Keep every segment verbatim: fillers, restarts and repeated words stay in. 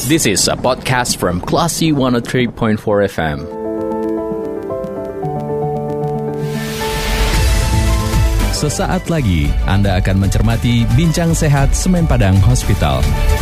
This is a podcast from Classy one oh three point four F M. Sesaat lagi Anda akan mencermati Bincang Sehat Semen Padang Hospital.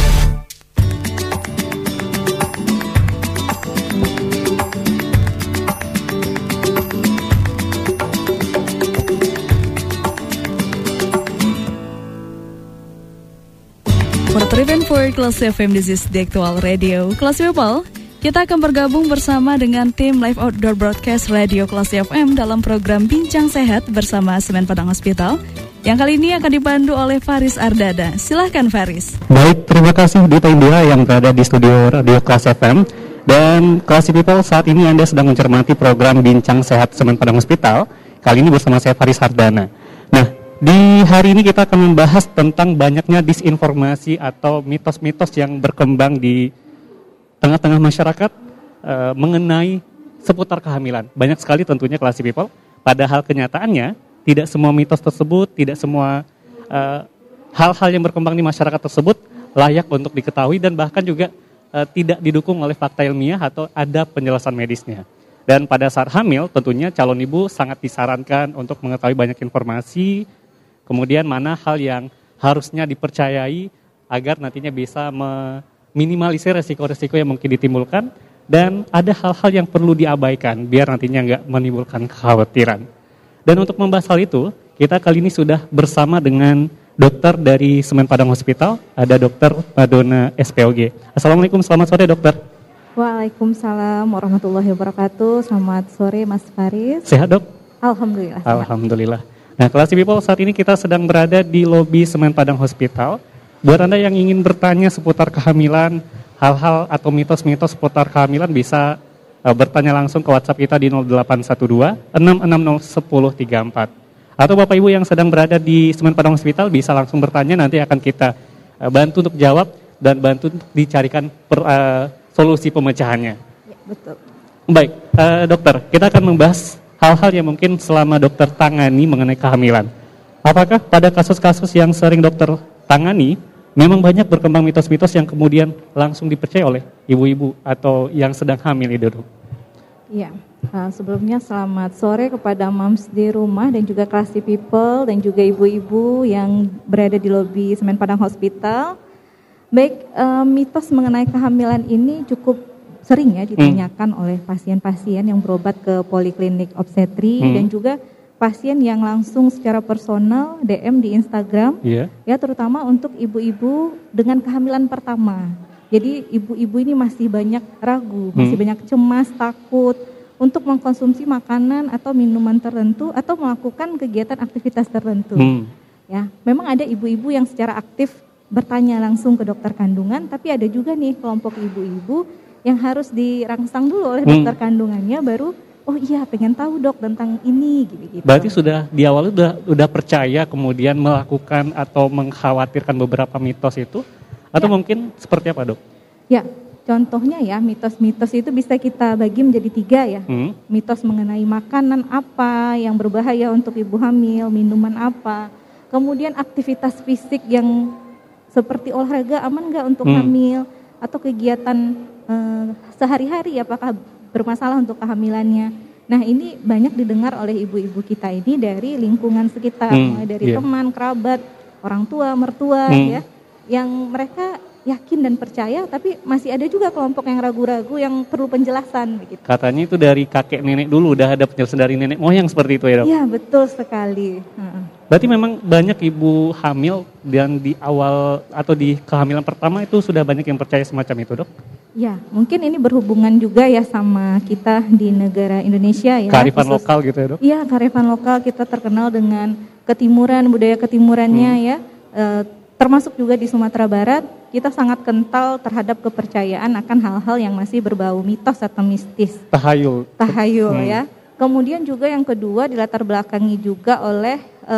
one oh three point four Classy F M, this is the actual radio. Classy People, kita akan bergabung bersama dengan tim live outdoor broadcast radio Classy F M dalam program Bincang Sehat bersama Semen Padang Hospital, yang kali ini akan dipandu oleh Faris Ardada. Silahkan Faris. Baik, terima kasih Dita Indira yang berada di studio radio Classy F M. Dan Classy People, saat ini Anda sedang mencermati program Bincang Sehat Semen Padang Hospital. Kali ini bersama saya Faris Ardana. Nah, di hari ini kita akan membahas tentang banyaknya disinformasi atau mitos-mitos yang berkembang di tengah-tengah masyarakat uh, mengenai seputar kehamilan. Banyak sekali tentunya Classy People. Padahal kenyataannya tidak semua mitos tersebut, tidak semua uh, hal-hal yang berkembang di masyarakat tersebut layak untuk diketahui dan bahkan juga uh, tidak didukung oleh fakta ilmiah atau ada penjelasan medisnya. Dan pada saat hamil tentunya calon ibu sangat disarankan untuk mengetahui banyak informasi, kemudian mana hal yang harusnya dipercayai agar nantinya bisa meminimalisir resiko-resiko yang mungkin ditimbulkan, dan ada hal-hal yang perlu diabaikan biar nantinya nggak menimbulkan kekhawatiran. Dan untuk membahas hal itu, kita kali ini sudah bersama dengan dokter dari Semen Padang Hospital, ada Dokter Madonna S P O G. Assalamualaikum, selamat sore dokter. Waalaikumsalam warahmatullahi wabarakatuh. Selamat sore Mas Faris. Sehat dok? Alhamdulillah. Alhamdulillah. Nah, Classy People, saat ini kita sedang berada di lobi Semen Padang Hospital. Buat Anda yang ingin bertanya seputar kehamilan, hal-hal atau mitos-mitos seputar kehamilan bisa uh, bertanya langsung ke WhatsApp kita di nol delapan satu dua enam enam nol satu nol tiga empat. Atau Bapak Ibu yang sedang berada di Semen Padang Hospital bisa langsung bertanya, nanti akan kita uh, bantu untuk jawab dan bantu untuk dicarikan per, uh, solusi pemecahannya. Ya, betul. Baik, uh, dokter, kita akan membahas hal-hal yang mungkin selama dokter tangani mengenai kehamilan. Apakah pada kasus-kasus yang sering dokter tangani, memang banyak berkembang mitos-mitos yang kemudian langsung dipercaya oleh ibu-ibu atau yang sedang hamil itu, dok? Iya, uh, sebelumnya selamat sore kepada moms di rumah dan juga Classy People dan juga ibu-ibu yang berada di lobi Semen Padang Hospital. Baik, uh, mitos mengenai kehamilan ini cukup sering ya ditanyakan hmm. oleh pasien-pasien yang berobat ke poliklinik obstetri hmm. dan juga pasien yang langsung secara personal D M di Instagram, yeah. ya terutama untuk ibu-ibu dengan kehamilan pertama. Jadi ibu-ibu ini masih banyak ragu, hmm. masih banyak cemas, takut untuk mengkonsumsi makanan atau minuman tertentu atau melakukan kegiatan aktivitas tertentu. Hmm. Ya, memang ada ibu-ibu yang secara aktif bertanya langsung ke dokter kandungan, tapi ada juga nih kelompok ibu-ibu yang harus dirangsang dulu oleh dokter hmm. kandungannya baru, oh iya pengen tahu dok tentang ini gitu-gitu. Berarti sudah di awal sudah sudah percaya kemudian melakukan atau mengkhawatirkan beberapa mitos itu, atau ya. Mungkin seperti apa dok? Ya, contohnya ya mitos-mitos itu bisa kita bagi menjadi tiga ya. Hmm. Mitos mengenai makanan apa yang berbahaya untuk ibu hamil, minuman apa, kemudian aktivitas fisik yang seperti olahraga aman nggak untuk hmm. hamil, atau kegiatan Uh, sehari-hari apakah bermasalah untuk kehamilannya. Nah ini banyak didengar oleh ibu-ibu kita ini dari lingkungan sekitar, hmm, mulai dari yeah. teman, kerabat, orang tua, mertua hmm. ya, yang mereka yakin dan percaya, tapi masih ada juga kelompok yang ragu-ragu yang perlu penjelasan begitu. Katanya itu dari kakek nenek dulu udah ada penjelasan dari nenek moyang seperti itu ya dok? Iya betul sekali. Hmm. Berarti memang banyak ibu hamil dan di awal atau di kehamilan pertama itu sudah banyak yang percaya semacam itu dok? Ya, mungkin ini berhubungan juga ya sama kita di negara Indonesia ya. Kearifan khusus, lokal gitu ya dok? Iya, kearifan lokal, kita terkenal dengan ketimuran, budaya ketimurannya hmm. ya. E, termasuk juga di Sumatera Barat, kita sangat kental terhadap kepercayaan akan hal-hal yang masih berbau mitos atau mistis. Tahayul. Tahayul hmm. ya. Kemudian juga yang kedua dilatar belakangi juga oleh e,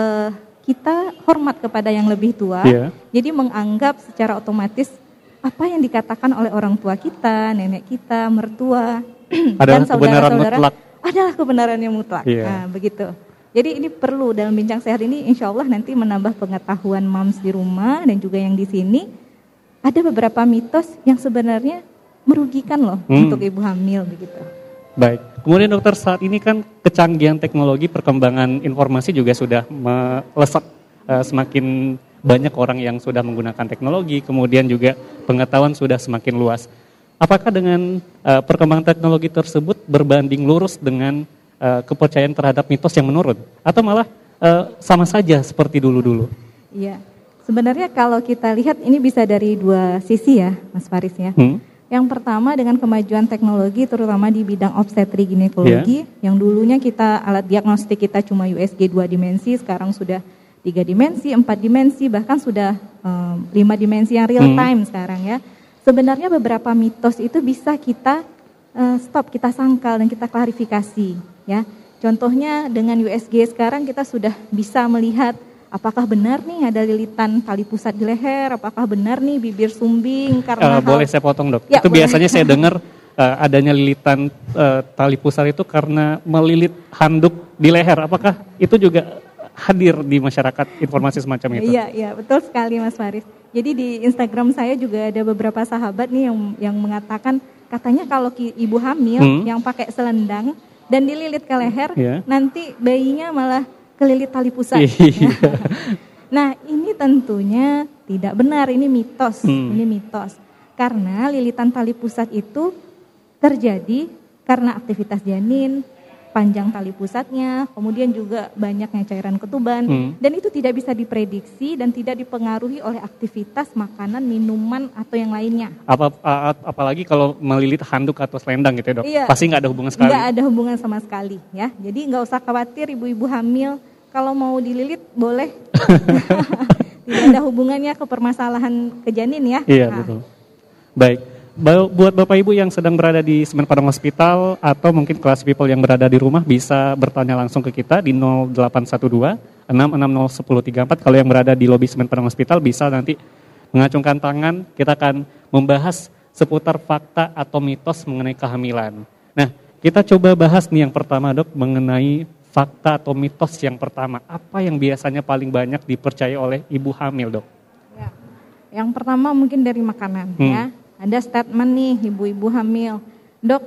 kita hormat kepada yang lebih tua. Yeah. Jadi menganggap secara otomatis apa yang dikatakan oleh orang tua kita, nenek kita, mertua, dan saudara-saudara adalah kebenaran yang mutlak. Yeah. Nah, begitu. Jadi ini perlu dalam bincang sehat ini, insya Allah nanti menambah pengetahuan moms di rumah dan juga yang di sini ada beberapa mitos yang sebenarnya merugikan loh hmm. untuk ibu hamil begitu. Baik. Kemudian dokter, saat ini kan kecanggihan teknologi, perkembangan informasi juga sudah melesat, uh, semakin banyak orang yang sudah menggunakan teknologi, kemudian juga pengetahuan sudah semakin luas. Apakah dengan uh, perkembangan teknologi tersebut berbanding lurus dengan uh, kepercayaan terhadap mitos yang menurun? Atau malah uh, sama saja seperti dulu-dulu? Iya, sebenarnya kalau kita lihat ini bisa dari dua sisi ya Mas Faris ya. Hmm. Yang pertama dengan kemajuan teknologi terutama di bidang obstetri ginekologi, yeah. yang dulunya kita alat diagnostik kita cuma U S G dua dimensi, sekarang sudah tiga dimensi, empat dimensi, bahkan sudah um, lima dimensi yang real time hmm. sekarang ya. Sebenarnya beberapa mitos itu bisa kita uh, stop, kita sangkal dan kita klarifikasi ya. Contohnya dengan U S G sekarang kita sudah bisa melihat apakah benar nih ada lilitan tali pusat di leher, apakah benar nih bibir sumbing karena uh, hal... Boleh saya potong dok? Ya, itu boleh. Biasanya saya dengar uh, adanya lilitan uh, tali pusat itu karena melilit handuk di leher. Apakah itu juga hadir di masyarakat informasi semacam itu? Iya, iya betul sekali Mas Faris. Jadi di Instagram saya juga ada beberapa sahabat nih yang yang mengatakan katanya kalau ibu hamil hmm. yang pakai selendang dan dililit ke leher, yeah. nanti bayinya malah kelilit tali pusat. Nah ini tentunya tidak benar, ini mitos, hmm. ini mitos. Karena lilitan tali pusat itu terjadi karena aktivitas janin, panjang tali pusatnya, kemudian juga banyaknya cairan ketuban, hmm. dan itu tidak bisa diprediksi dan tidak dipengaruhi oleh aktivitas makanan, minuman atau yang lainnya. Apa, apalagi kalau melilit handuk atau selendang gitu ya dok, iya, pasti nggak ada hubungan sekali. Nggak ada hubungan sama sekali ya, jadi nggak usah khawatir ibu-ibu hamil kalau mau dililit boleh, tidak ada hubungannya ke permasalahan ke janin ya. Iya nah. betul. Baik. Buat Bapak Ibu yang sedang berada di Semen Padang Hospital atau mungkin kelas people yang berada di rumah bisa bertanya langsung ke kita di nol delapan satu dua enam enam nol satu nol tiga empat. Kalau yang berada di lobi Semen Padang Hospital bisa nanti mengacungkan tangan, kita akan membahas seputar fakta atau mitos mengenai kehamilan. Nah, kita coba bahas nih yang pertama dok, mengenai fakta atau mitos yang pertama. Apa yang biasanya paling banyak dipercaya oleh ibu hamil dok? Ya. Yang pertama mungkin dari makanan hmm. ya. Ada statement nih ibu-ibu hamil, dok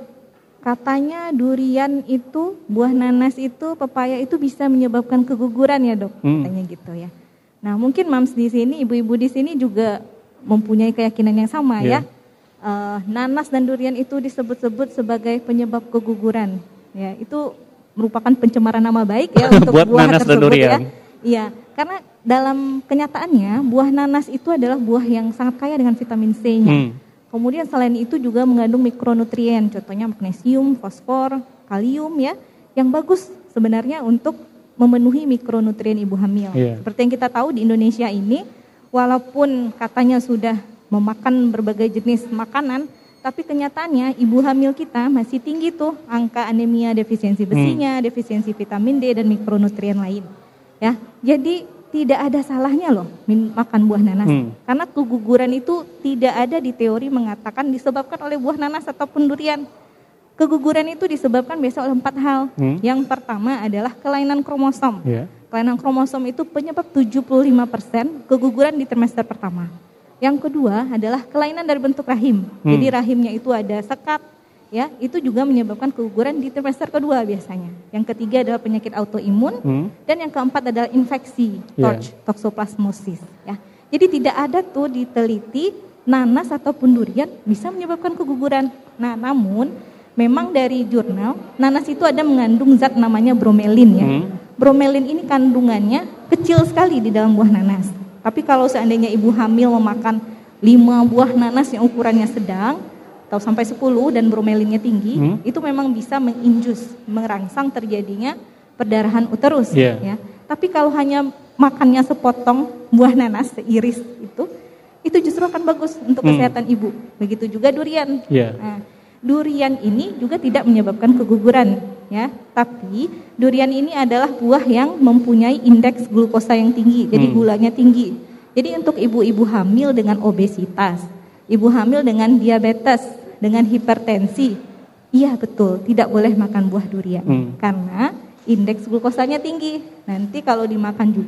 katanya durian itu, buah nanas itu, pepaya itu bisa menyebabkan keguguran ya dok, hmm. katanya gitu ya. Nah mungkin mams di sini, ibu-ibu di sini juga mempunyai keyakinan yang sama yeah. ya. Uh, nanas dan durian itu disebut-sebut sebagai penyebab keguguran, ya itu merupakan pencemaran nama baik ya untuk buat buah nanas tersebut dan durian. Ya. Iya, karena dalam kenyataannya buah nanas itu adalah buah yang sangat kaya dengan vitamin C-nya. Hmm. Kemudian selain itu juga mengandung mikronutrien, contohnya magnesium, fosfor, kalium ya, yang bagus sebenarnya untuk memenuhi mikronutrien ibu hamil. Yeah. Seperti yang kita tahu di Indonesia ini, walaupun katanya sudah memakan berbagai jenis makanan, tapi kenyataannya ibu hamil kita masih tinggi tuh angka anemia, defisiensi besinya, hmm. defisiensi vitamin D dan mikronutrien lain. Ya, jadi tidak ada salahnya loh makan buah nanas. Hmm. Karena keguguran itu tidak ada di teori mengatakan disebabkan oleh buah nanas ataupun durian. Keguguran itu disebabkan biasa oleh empat hal. Hmm. Yang pertama adalah kelainan kromosom. Yeah. Kelainan kromosom itu penyebab tujuh puluh lima persen keguguran di trimester pertama. Yang kedua adalah kelainan dari bentuk rahim. Hmm. Jadi rahimnya itu ada sekat, ya, itu juga menyebabkan keguguran di trimester kedua biasanya. Yang ketiga adalah penyakit autoimun, hmm. dan yang keempat adalah infeksi, torch, yeah. toxoplasmosis. Ya. Jadi tidak ada tuh diteliti nanas ataupun durian bisa menyebabkan keguguran. Nah, namun memang dari jurnal nanas itu ada mengandung zat namanya bromelin ya. Hmm. Bromelin ini kandungannya kecil sekali di dalam buah nanas. Tapi kalau seandainya ibu hamil memakan lima buah nanas yang ukurannya sedang atau sampai sepuluh dan bromelinnya tinggi, hmm. itu memang bisa menginjus, merangsang terjadinya perdarahan uterus. Yeah. Ya. Tapi kalau hanya makannya sepotong buah nanas, seiris itu, itu justru akan bagus untuk hmm. kesehatan ibu. Begitu juga durian. Yeah. Nah, durian ini juga tidak menyebabkan keguguran, ya. Tapi durian ini adalah buah yang mempunyai indeks glukosa yang tinggi, jadi hmm. gulanya tinggi. Jadi untuk ibu-ibu hamil dengan obesitas, ibu hamil dengan diabetes, dengan hipertensi, iya betul, tidak boleh makan buah durian. Hmm. Karena indeks glukosanya tinggi. Nanti kalau dimakan juga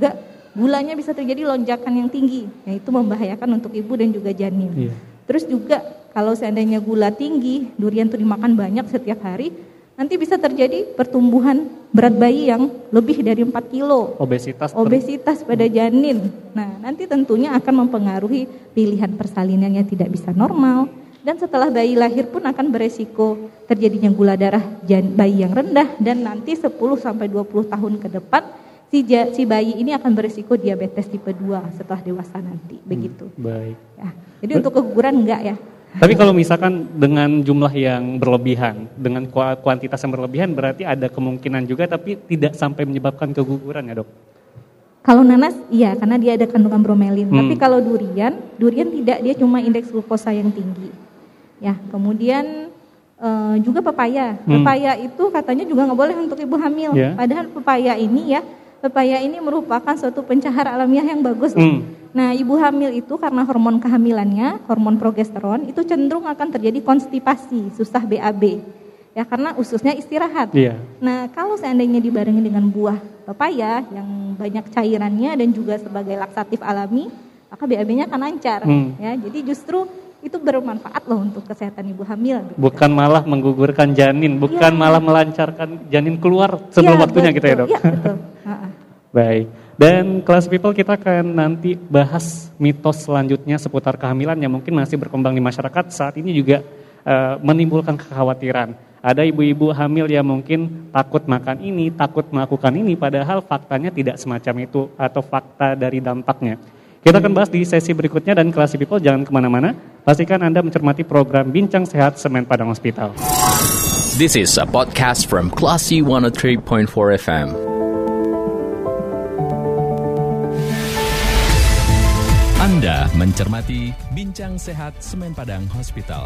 gulanya bisa terjadi lonjakan yang tinggi, yaitu membahayakan untuk ibu dan juga janin. Iya. Terus juga kalau seandainya gula tinggi, durian itu dimakan banyak setiap hari, nanti bisa terjadi pertumbuhan berat bayi yang lebih dari empat kilo. Obesitas. Obesitas pada janin. Nah, nanti tentunya akan mempengaruhi pilihan persalinan yang tidak bisa normal. Dan setelah bayi lahir pun akan beresiko terjadinya gula darah bayi yang rendah. Dan nanti sepuluh sampai dua puluh tahun ke depan si, si bayi ini akan beresiko diabetes tipe dua setelah dewasa nanti. Begitu. Hmm, baik. Ya, jadi Ber- untuk keguguran enggak ya. Tapi kalau misalkan dengan jumlah yang berlebihan, dengan kuantitas yang berlebihan berarti ada kemungkinan juga tapi tidak sampai menyebabkan keguguran ya dok? Kalau nanas iya karena dia ada kandungan bromelin. Hmm. Tapi kalau durian, durian tidak, dia cuma indeks glukosa yang tinggi. Ya, kemudian e, juga pepaya. Hmm. Pepaya itu katanya juga nggak boleh untuk ibu hamil. Yeah. Padahal pepaya ini ya, pepaya ini merupakan suatu pencahar alamiah yang bagus. Hmm. Nah, ibu hamil itu karena hormon kehamilannya, hormon progesteron itu cenderung akan terjadi konstipasi, susah B A B. Ya, karena ususnya istirahat. Yeah. Nah, kalau seandainya dibarengi dengan buah pepaya yang banyak cairannya dan juga sebagai laksatif alami, maka B A B-nya akan lancar. Hmm. Ya, jadi justru itu bermanfaat loh untuk kesehatan ibu hamil. Gitu. Bukan malah menggugurkan janin, bukan ya. malah melancarkan janin keluar sebelum ya, waktunya betul. gitu ya dok? Iya, betul. Baik, dan Classy People kita akan nanti bahas mitos selanjutnya seputar kehamilan yang mungkin masih berkembang di masyarakat saat ini juga uh, menimbulkan kekhawatiran. Ada ibu-ibu hamil yang mungkin takut makan ini, takut melakukan ini, padahal faktanya tidak semacam itu atau fakta dari dampaknya. Kita akan bahas di sesi berikutnya dan Classy People jangan kemana-mana. Pastikan Anda mencermati program Bincang Sehat Semen Padang Hospital. This is a podcast from Classy one oh three point four F M. Anda mencermati Bincang Sehat Semen Padang Hospital.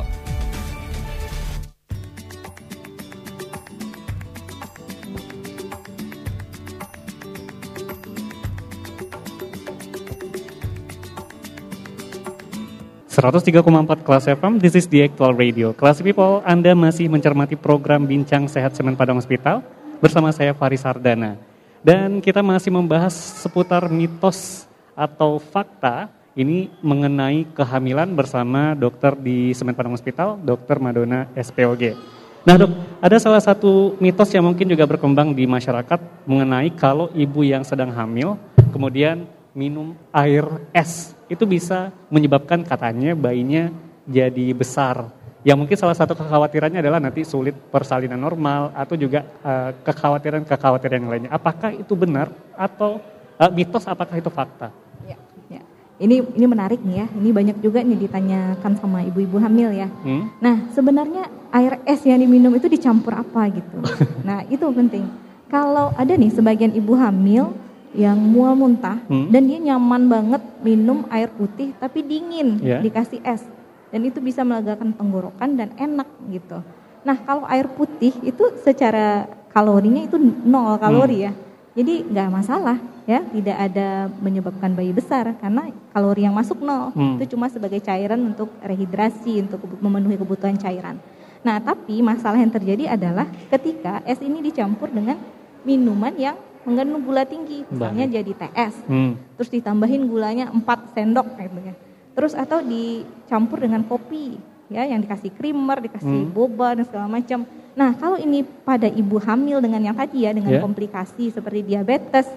seratus tiga koma empat Classy F M, this is the actual radio. Classy People, Anda masih mencermati program Bincang Sehat Semen Padang Hospital bersama saya Faris Hardana. Dan kita masih membahas seputar mitos atau fakta ini mengenai kehamilan bersama dokter di Semen Padang Hospital, Dokter Madonna S P O G. Nah dok, ada salah satu mitos yang mungkin juga berkembang di masyarakat mengenai kalau ibu yang sedang hamil kemudian minum air es, itu bisa menyebabkan katanya bayinya jadi besar. Yang mungkin salah satu kekhawatirannya adalah nanti sulit persalinan normal atau juga uh, kekhawatiran-kekhawatiran yang lainnya. Apakah itu benar atau uh, mitos, apakah itu fakta? Ya, ya. Ini ini menarik nih ya. Ini banyak juga nih ditanyakan sama ibu-ibu hamil ya. Hmm? Nah, sebenarnya air es yang diminum itu dicampur apa gitu. Nah, itu penting. Kalau ada nih sebagian ibu hamil yang mual muntah hmm? dan dia nyaman banget minum air putih tapi dingin, yeah. dikasih es. Dan itu bisa melegakan tenggorokan dan enak gitu. Nah, kalau air putih itu secara kalorinya itu nol kalori hmm. ya. Jadi nggak masalah ya, tidak ada menyebabkan bayi besar karena kalori yang masuk nol. Hmm. Itu cuma sebagai cairan untuk rehidrasi, untuk memenuhi kebutuhan cairan. Nah, tapi masalah yang terjadi adalah ketika es ini dicampur dengan minuman yang mengandung gula tinggi, misalnya jadi T S, hmm. terus ditambahin gulanya empat sendok gitu ya. Terus atau dicampur dengan kopi, ya yang dikasih creamer, dikasih hmm. boba dan segala macam. Nah, kalau ini pada ibu hamil dengan yang tadi ya, dengan yeah. komplikasi seperti diabetes,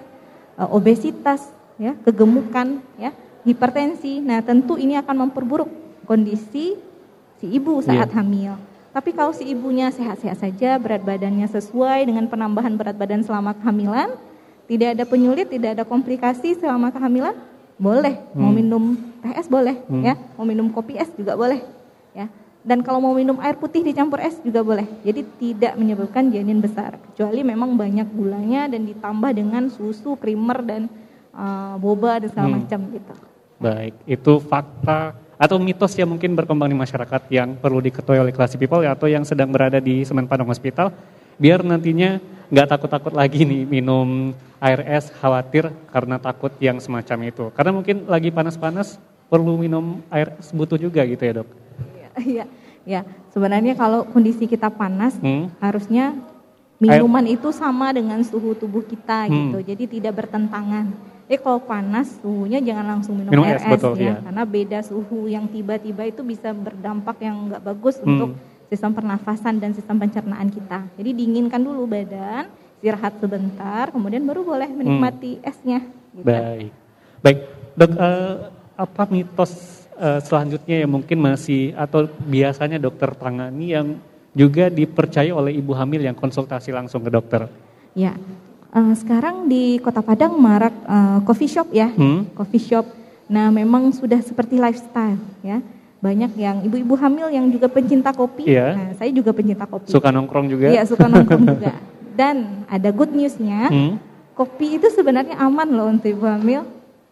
obesitas, ya, kegemukan, ya, hipertensi. Nah, tentu ini akan memperburuk kondisi si ibu saat yeah. hamil. Tapi kalau si ibunya sehat-sehat saja, berat badannya sesuai dengan penambahan berat badan selama kehamilan, tidak ada penyulit, tidak ada komplikasi selama kehamilan, boleh. Hmm. Mau minum T S boleh, hmm. ya. Mau minum kopi es juga boleh, ya. Dan kalau mau minum air putih dicampur es juga boleh. Jadi tidak menyebabkan janin besar, kecuali memang banyak gulanya dan ditambah dengan susu, creamer dan uh, boba dan segala hmm. macam gitu. Baik, itu fakta atau mitos yang mungkin berkembang di masyarakat yang perlu diketahui oleh Classy People ya, atau yang sedang berada di Semen Padang Hospital, biar nantinya nggak takut-takut lagi nih minum air es, khawatir karena takut yang semacam itu. Karena mungkin lagi panas-panas perlu minum air es, butuh juga gitu ya dok? Iya, ya. Sebenarnya kalau kondisi kita panas, hmm? harusnya minuman air itu sama dengan suhu tubuh kita gitu, hmm. jadi tidak bertentangan. Jadi kalau panas suhunya jangan langsung minum, Minum air es, es, betul, ya, iya. karena beda suhu yang tiba-tiba itu bisa berdampak yang nggak bagus Hmm. untuk sistem pernafasan dan sistem pencernaan kita. Jadi dinginkan dulu badan, istirahat sebentar, kemudian baru boleh menikmati esnya. Gitu. Baik, baik dok, eh, apa mitos eh, selanjutnya yang mungkin masih atau biasanya dokter tangani yang juga dipercaya oleh ibu hamil yang konsultasi langsung ke dokter? Ya, uh, sekarang di Kota Padang marak uh, coffee shop ya, Hmm? coffee shop. Nah, memang sudah seperti lifestyle ya. Banyak yang ibu-ibu hamil yang juga pencinta kopi. Iya. Nah, saya juga pencinta kopi. Suka nongkrong juga? Iya, suka nongkrong juga. Dan ada good newsnya, Hmm? kopi itu sebenarnya aman loh untuk ibu hamil,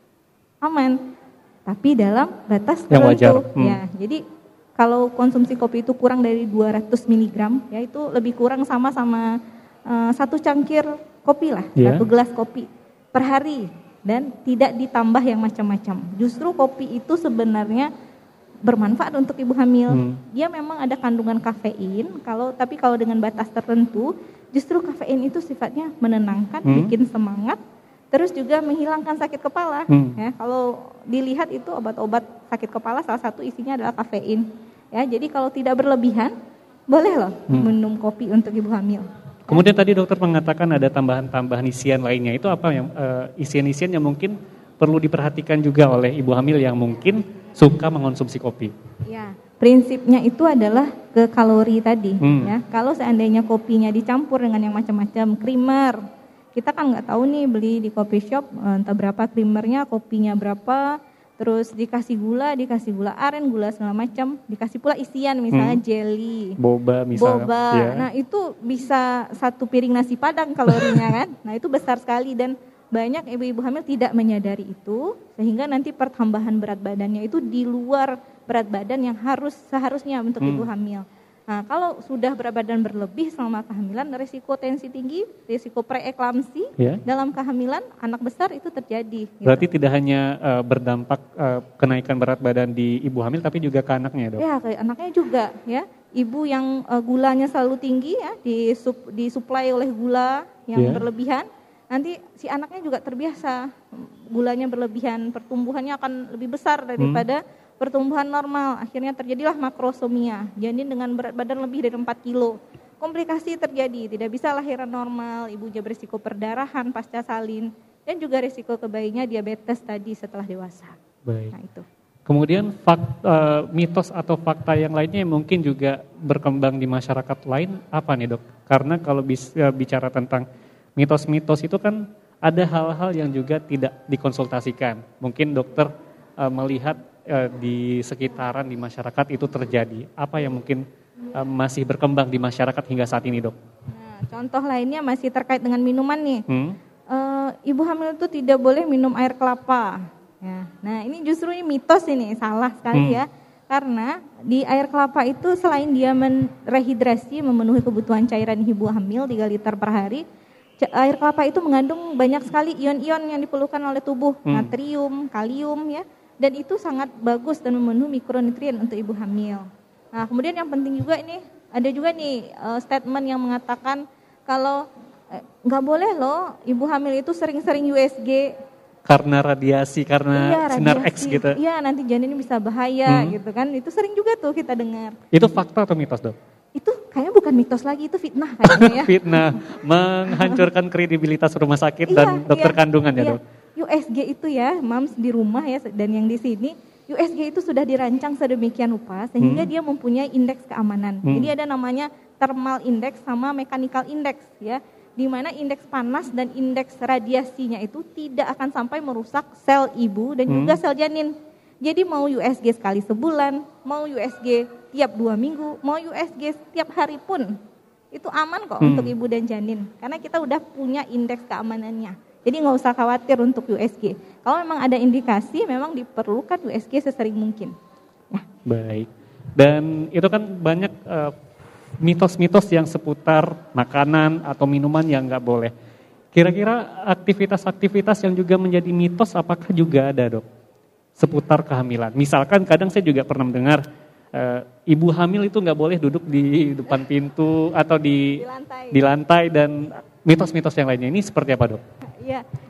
aman. Tapi dalam batas Yang tertentu. wajar. Hmm. Ya, jadi kalau konsumsi kopi itu kurang dari dua ratus miligram, ya itu lebih kurang sama sama uh, satu cangkir kopi lah, Yeah. satu gelas kopi per hari, dan tidak ditambah yang macam-macam. Justru kopi itu sebenarnya bermanfaat untuk ibu hamil. Hmm. Dia memang ada kandungan kafein, kalau tapi kalau dengan batas tertentu, justru kafein itu sifatnya menenangkan, Hmm. bikin semangat, terus juga menghilangkan sakit kepala. Hmm. Ya, kalau dilihat itu obat-obat sakit kepala salah satu isinya adalah kafein. Ya, jadi kalau tidak berlebihan, boleh loh Hmm. minum kopi untuk ibu hamil. Kemudian tadi dokter mengatakan ada tambahan-tambahan isian lainnya. Itu apa yang eh, isian-isian yang mungkin perlu diperhatikan juga oleh ibu hamil yang mungkin suka mengonsumsi kopi? Ya, prinsipnya itu adalah ke kalori tadi. Hmm. Ya, kalau seandainya kopinya dicampur dengan yang macam-macam, creamer, kita kan nggak tahu nih beli di coffee shop entah berapa creamernya, kopinya berapa, terus dikasih gula, dikasih gula aren, gula segala macam, dikasih pula isian misalnya Hmm. jelly, Boba misalnya. boba. Ya. Nah itu bisa satu piring nasi padang kalorinya kan. Nah itu besar sekali dan banyak ibu-ibu hamil tidak menyadari itu sehingga nanti pertambahan berat badannya itu di luar berat badan yang harus seharusnya untuk Hmm. ibu hamil. Nah kalau sudah berat badan berlebih selama kehamilan, risiko tensi tinggi, risiko preeklamsi Ya. dalam kehamilan anak besar itu terjadi. gitu. Berarti tidak hanya eh, berdampak eh, kenaikan berat badan di ibu hamil tapi juga ke anaknya, dok? Ya, kayak anaknya juga ya. Ibu yang uh, gulanya selalu tinggi ya, disup, disuplai oleh gula yang Yeah. berlebihan, nanti si anaknya juga terbiasa. Gulanya berlebihan, pertumbuhannya akan lebih besar daripada Hmm. pertumbuhan normal. Akhirnya terjadilah makrosomia, janin dengan berat badan lebih dari empat kilo. Komplikasi terjadi, tidak bisa lahiran normal, ibunya berisiko perdarahan pasca salin, dan juga risiko ke bayinya diabetes tadi setelah dewasa. Baik. Nah itu. Kemudian fak- eh, mitos atau fakta yang lainnya yang mungkin juga berkembang di masyarakat lain apa nih, dok? Karena kalau bis- eh, bicara tentang mitos-mitos itu kan ada hal-hal yang juga tidak dikonsultasikan. Mungkin dokter eh, melihat eh, di sekitaran di masyarakat itu terjadi. Apa yang mungkin eh, masih berkembang di masyarakat hingga saat ini, dok? Nah, contoh lainnya masih terkait dengan minuman nih. Hmm? Eh, ibu hamil itu tidak boleh minum air kelapa. Ya. Nah ini justru ini mitos ini, salah sekali Hmm. ya. Karena di air kelapa itu selain dia merehidrasi, memenuhi kebutuhan cairan ibu hamil tiga liter per hari, ca- air kelapa itu mengandung banyak sekali ion-ion yang diperlukan oleh tubuh, Hmm. natrium, kalium ya. Dan itu sangat bagus dan memenuhi mikronutrien untuk ibu hamil. Nah kemudian yang penting juga ini, ada juga nih eh, statement yang mengatakan kalau eh, nggak boleh loh ibu hamil itu sering-sering U S G. Karena radiasi, karena Iya, sinar radiasi. X gitu. Iya, nanti janin ini bisa bahaya Hmm. gitu kan. Itu sering juga tuh kita dengar. Itu fakta atau mitos, dok? Itu kayaknya bukan mitos lagi, itu fitnah kayaknya ya. Fitnah, menghancurkan kredibilitas rumah sakit dan Iya, dokter iya, kandungan ya, iya. dok? U S G itu ya, mams di rumah ya dan yang di sini, U S G itu sudah dirancang sedemikian rupa sehingga Hmm. dia mempunyai indeks keamanan. Hmm. Jadi ada namanya thermal index sama mechanical index ya. Di mana indeks panas dan indeks radiasinya itu tidak akan sampai merusak sel ibu dan Hmm. juga sel janin. Jadi mau U S G sekali sebulan, mau U S G tiap dua minggu, mau U S G setiap hari pun, itu aman kok Hmm. untuk ibu dan janin. Karena kita udah punya indeks keamanannya. Jadi nggak usah khawatir untuk U S G. Kalau memang ada indikasi, memang diperlukan U S G sesering mungkin. Ya. Baik. Dan itu kan banyak eh, mitos-mitos yang seputar makanan atau minuman yang nggak boleh. Kira-kira aktivitas-aktivitas yang juga menjadi mitos apakah juga ada, dok? Seputar kehamilan. Misalkan kadang saya juga pernah mendengar eh, ibu hamil itu nggak boleh duduk di depan pintu atau di Di lantai. di lantai dan mitos-mitos yang lainnya. Ini seperti apa, dok? Ya,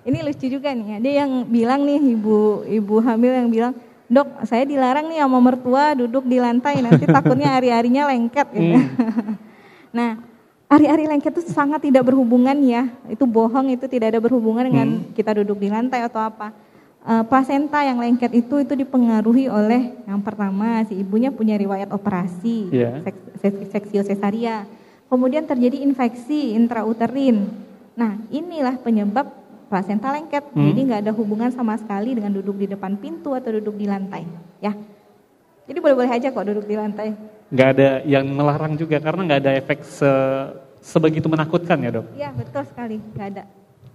ini lucu juga nih, ada yang bilang nih ibu ibu hamil yang bilang, dok saya dilarang nih sama mertua duduk di lantai, nanti takutnya ari-arinya lengket gitu. Hmm. Nah, ari-ari lengket itu sangat tidak berhubungan ya, itu bohong, itu tidak ada berhubungan dengan hmm. kita duduk di lantai atau apa. Uh, plasenta yang lengket itu itu dipengaruhi oleh yang pertama si ibunya punya riwayat operasi, yeah. seks, seksio sesaria, kemudian terjadi infeksi intrauterin. Nah, inilah penyebab plasenta lengket. Hmm. Jadi nggak ada hubungan sama sekali dengan duduk di depan pintu atau duduk di lantai, ya. Jadi boleh-boleh aja kok duduk di lantai. Nggak ada yang melarang juga karena nggak ada efek se sebegitu menakutkan ya, Dok? Iya, betul sekali, nggak ada.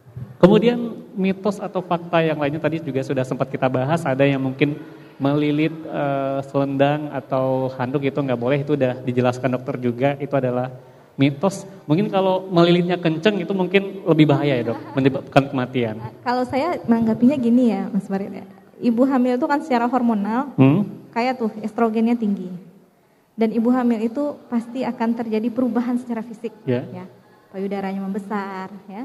Kemudian mitos atau fakta yang lainnya tadi juga sudah sempat kita bahas, ada yang mungkin melilit uh, selendang atau handuk itu nggak boleh, itu udah dijelaskan dokter juga, itu adalah mitos. Mungkin kalau melilitnya kenceng itu mungkin lebih bahaya ya, Dok, menyebabkan kematian. Kalau saya menanggapinya gini ya Mas Farid, ibu hamil itu kan secara hormonal hmm? kayak tuh estrogennya tinggi, dan ibu hamil itu pasti akan terjadi perubahan secara fisik, yeah. ya, payudaranya membesar, ya,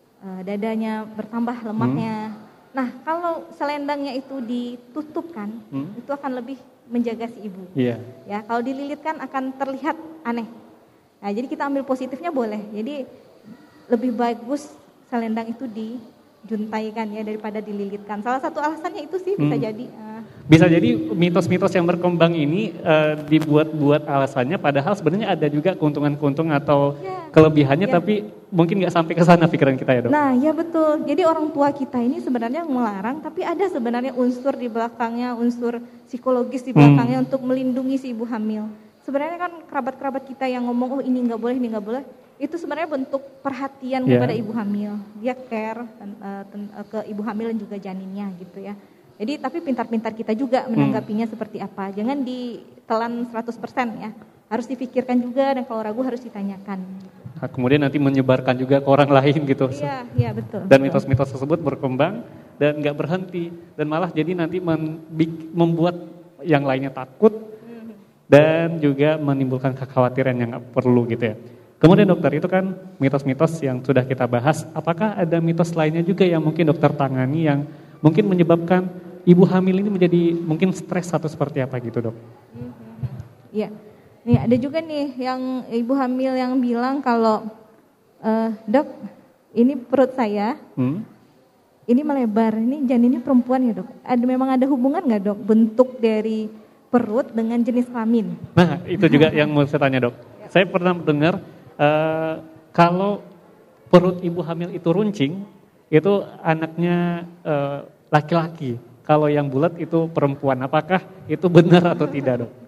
dadanya bertambah lemaknya. Hmm. Nah, kalau selendangnya itu ditutupkan, hmm? itu akan lebih menjaga si ibu. Yeah. Ya, kalau dililitkan akan terlihat aneh. Nah, jadi kita ambil positifnya boleh. Jadi lebih bagus selendang itu dijuntaikan ya daripada dililitkan. Salah satu alasannya itu sih bisa hmm. jadi. Uh, bisa jadi mitos-mitos yang berkembang ini uh, dibuat-buat alasannya, padahal sebenarnya ada juga keuntungan-keuntungan atau ya, kelebihannya, ya. Tapi mungkin nggak sampai ke sana pikiran kita ya, Dok. Nah, ya betul. Jadi orang tua kita ini sebenarnya melarang, tapi ada sebenarnya unsur di belakangnya, unsur psikologis di belakangnya hmm. untuk melindungi si ibu hamil. Sebenarnya kan kerabat-kerabat kita yang ngomong, oh ini nggak boleh, ini nggak boleh, itu sebenarnya bentuk perhatian yeah. kepada ibu hamil. Dia care uh, ten, uh, ke ibu hamil dan juga janinnya gitu ya. Jadi tapi pintar-pintar kita juga menanggapinya hmm. seperti apa. Jangan ditelan seratus persen ya. Harus dipikirkan juga, dan kalau ragu harus ditanyakan. Nah, kemudian nanti menyebarkan juga ke orang lain gitu. Iya, iya betul. Dan mitos-mitos tersebut berkembang dan nggak berhenti, dan malah jadi nanti membuat yang lainnya takut hmm. dan juga menimbulkan kekhawatiran yang nggak perlu gitu ya. Kemudian dokter, itu kan mitos-mitos yang sudah kita bahas. Apakah ada mitos lainnya juga yang mungkin dokter tangani yang mungkin menyebabkan ibu hamil ini menjadi mungkin stres atau seperti apa gitu, Dok? Iya. Nih ada juga nih yang ibu hamil yang bilang kalau uh, dok, ini perut saya, hmm? ini melebar, ini janinnya perempuan ya, Dok. Ada memang ada hubungan nggak, Dok, bentuk dari perut dengan jenis kelamin? Nah, itu juga yang mau saya tanya, Dok. Ya. Saya pernah dengar uh, kalau perut ibu hamil itu runcing, itu anaknya uh, laki-laki. Kalau yang bulat itu perempuan. Apakah itu benar atau tidak, Dok?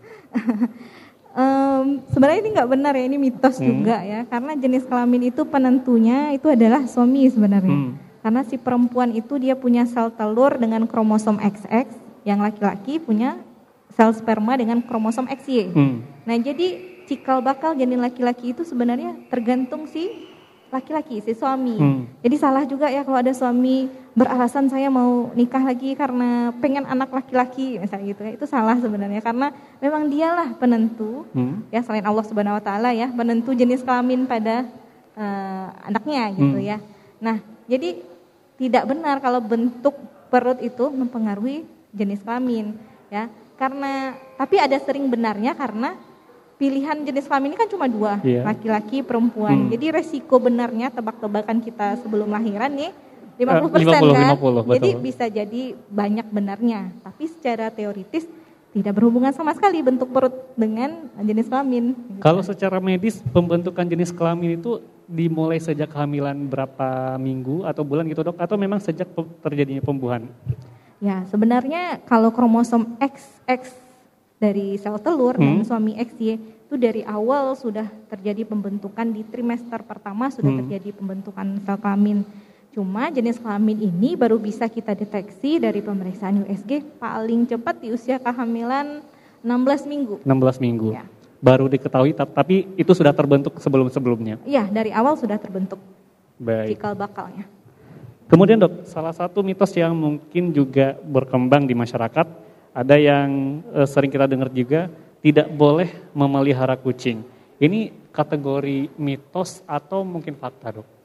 um, sebenarnya ini nggak benar ya, ini mitos hmm. juga ya. Karena jenis kelamin itu penentunya itu adalah suami sebenarnya. Hmm. Karena si perempuan itu dia punya sel telur dengan kromosom X X, yang laki-laki punya sel sperma dengan kromosom X Y. Hmm. Nah, jadi cikal bakal janin laki-laki itu sebenarnya tergantung si laki-laki, si suami. Hmm. Jadi salah juga ya kalau ada suami beralasan saya mau nikah lagi karena pengen anak laki-laki misalnya gitu ya. Itu salah sebenarnya, karena memang dialah penentu hmm. ya, selain Allah Subhanahu wa taala ya, penentu jenis kelamin pada uh, anaknya gitu hmm. ya. Nah, jadi tidak benar kalau bentuk perut itu mempengaruhi jenis kelamin ya. Karena tapi ada sering benarnya, karena pilihan jenis kelamin ini kan cuma dua, yeah. laki-laki, perempuan. Hmm. Jadi resiko benarnya tebak-tebakan kita sebelum lahiran nih lima puluh persen kan. lima puluh, jadi betul. Bisa jadi banyak benarnya. Tapi secara teoritis tidak berhubungan sama sekali bentuk perut dengan jenis kelamin. Kalau secara medis pembentukan jenis kelamin itu dimulai sejak kehamilan berapa minggu atau bulan gitu, Dok? Atau memang sejak terjadinya pembuahan? Ya, sebenarnya kalau kromosom X X dari sel telur hmm. dan suami X Y itu dari awal sudah terjadi pembentukan, di trimester pertama sudah hmm. terjadi pembentukan sel kelamin. Cuma jenis kelamin ini baru bisa kita deteksi dari pemeriksaan U S G paling cepat di usia kehamilan enam belas minggu. enam belas minggu. Ya. Baru diketahui, tapi itu sudah terbentuk sebelum-sebelumnya. Iya, dari awal sudah terbentuk. Baik. Cikal bakalnya. Kemudian, Dok, salah satu mitos yang mungkin juga berkembang di masyarakat, ada yang e, sering kita dengar juga, tidak boleh memelihara kucing. Ini kategori mitos atau mungkin fakta, Dok?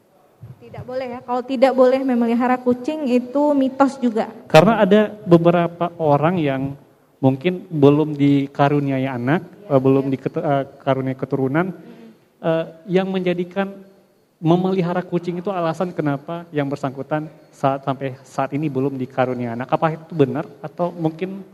Tidak boleh ya. Kalau tidak boleh memelihara kucing itu mitos juga. Karena ada beberapa orang yang mungkin belum dikaruniai anak, ya, belum ya. dikaruniai keturunan, hmm. uh, yang menjadikan memelihara kucing itu alasan kenapa yang bersangkutan saat sampai saat ini belum dikaruniai anak. Apa itu benar atau mungkin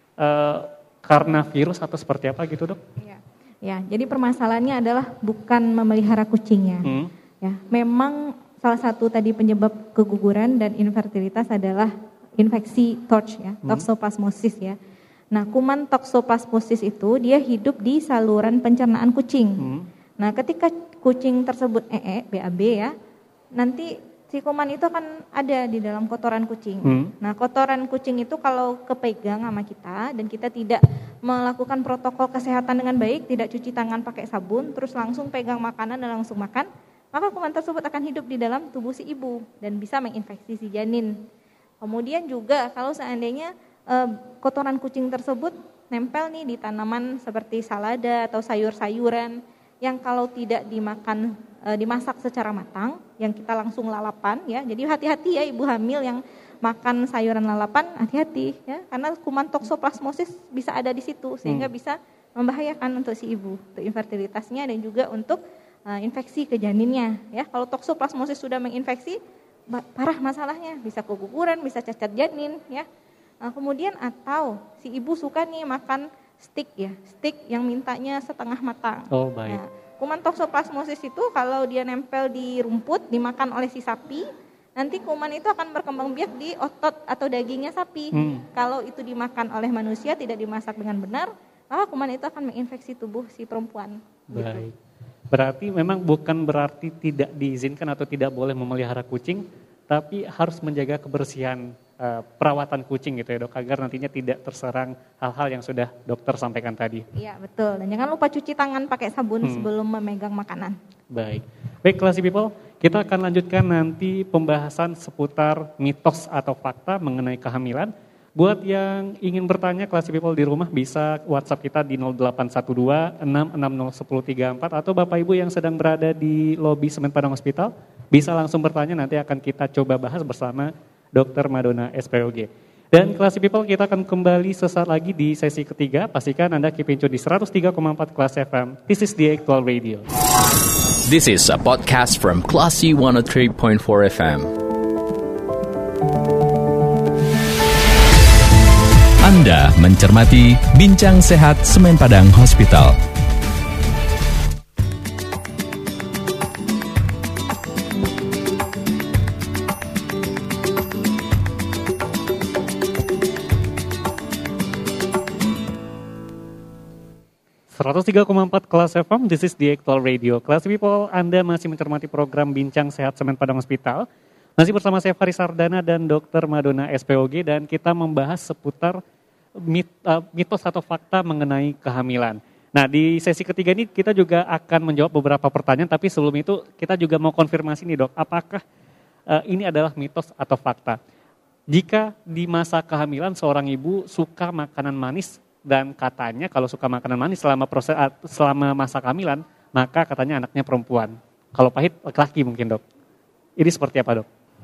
uh, karena virus atau seperti apa gitu, Dok? Ya, ya. Jadi permasalahannya adalah bukan memelihara kucingnya. Hmm. Ya, memang salah satu tadi penyebab keguguran dan infertilitas adalah infeksi T O R C ya, hmm. toxoplasmosis ya. Nah, kuman toxoplasmosis itu dia hidup di saluran pencernaan kucing. Hmm. Nah, ketika kucing tersebut ee, B A B ya, nanti si kuman itu akan ada di dalam kotoran kucing. Hmm. Nah, kotoran kucing itu kalau kepegang sama kita dan kita tidak melakukan protokol kesehatan dengan baik, tidak cuci tangan pakai sabun, terus langsung pegang makanan dan langsung makan, maka kuman tersebut akan hidup di dalam tubuh si ibu dan bisa menginfeksi si janin. Kemudian juga kalau seandainya eh, kotoran kucing tersebut nempel nih di tanaman seperti salada atau sayur-sayuran yang kalau tidak dimakan e, dimasak secara matang, yang kita langsung lalapan ya. Jadi hati-hati ya ibu hamil yang makan sayuran lalapan, hati-hati ya, karena kuman toxoplasmosis bisa ada di situ sehingga hmm. bisa membahayakan untuk si ibu, untuk infertilitasnya dan juga untuk e, infeksi ke janinnya ya. Kalau toxoplasmosis sudah menginfeksi, parah masalahnya, bisa keguguran, bisa cacat janin ya. Nah, kemudian atau si ibu suka nih makan stick ya, stick yang mintanya setengah matang. Oh baik. Nah, kuman toxoplasmosis itu kalau dia nempel di rumput, dimakan oleh si sapi, nanti kuman itu akan berkembang biak di otot atau dagingnya sapi. Hmm. Kalau itu dimakan oleh manusia, tidak dimasak dengan benar, maka kuman itu akan menginfeksi tubuh si perempuan. Baik. Gitu. Berarti memang bukan berarti tidak diizinkan atau tidak boleh memelihara kucing, tapi harus menjaga kebersihan Uh, perawatan kucing gitu ya dok, agar nantinya tidak terserang hal-hal yang sudah dokter sampaikan tadi. Iya betul, dan jangan lupa cuci tangan pakai sabun hmm. sebelum memegang makanan. Baik, baik Classy People, kita akan lanjutkan nanti pembahasan seputar mitos atau fakta mengenai kehamilan. Buat yang ingin bertanya Classy People di rumah bisa WhatsApp kita di nol delapan satu dua enam enam nol satu nol tiga empat atau Bapak Ibu yang sedang berada di lobi Semen Padang Hospital bisa langsung bertanya, nanti akan kita coba bahas bersama Dokter Madonna S P O G. Dan Classy People, kita akan kembali sesaat lagi di sesi ketiga. Pastikan Anda keep in tune di seratus tiga koma empat Classy F M. This is the Actual Radio. This is a podcast from Classy seratus tiga koma empat F M. Anda mencermati Bincang Sehat Semen Padang Hospital. seratus tiga koma empat Kelas F M, this is the Actual Radio. Classy People, Anda masih mencermati program Bincang Sehat Semen Padang Hospital. Masih bersama saya Faris Hardana dan Dokter Madonna S P O G, dan kita membahas seputar mit, uh, mitos atau fakta mengenai kehamilan. Nah, di sesi ketiga ini kita juga akan menjawab beberapa pertanyaan, tapi sebelum itu kita juga mau konfirmasi nih dok, apakah uh, ini adalah mitos atau fakta? Jika di masa kehamilan seorang ibu suka makanan manis, dan katanya kalau suka makanan manis selama proses selama masa kehamilan, maka katanya anaknya perempuan. Kalau pahit laki-laki mungkin dok. Ini seperti apa dok?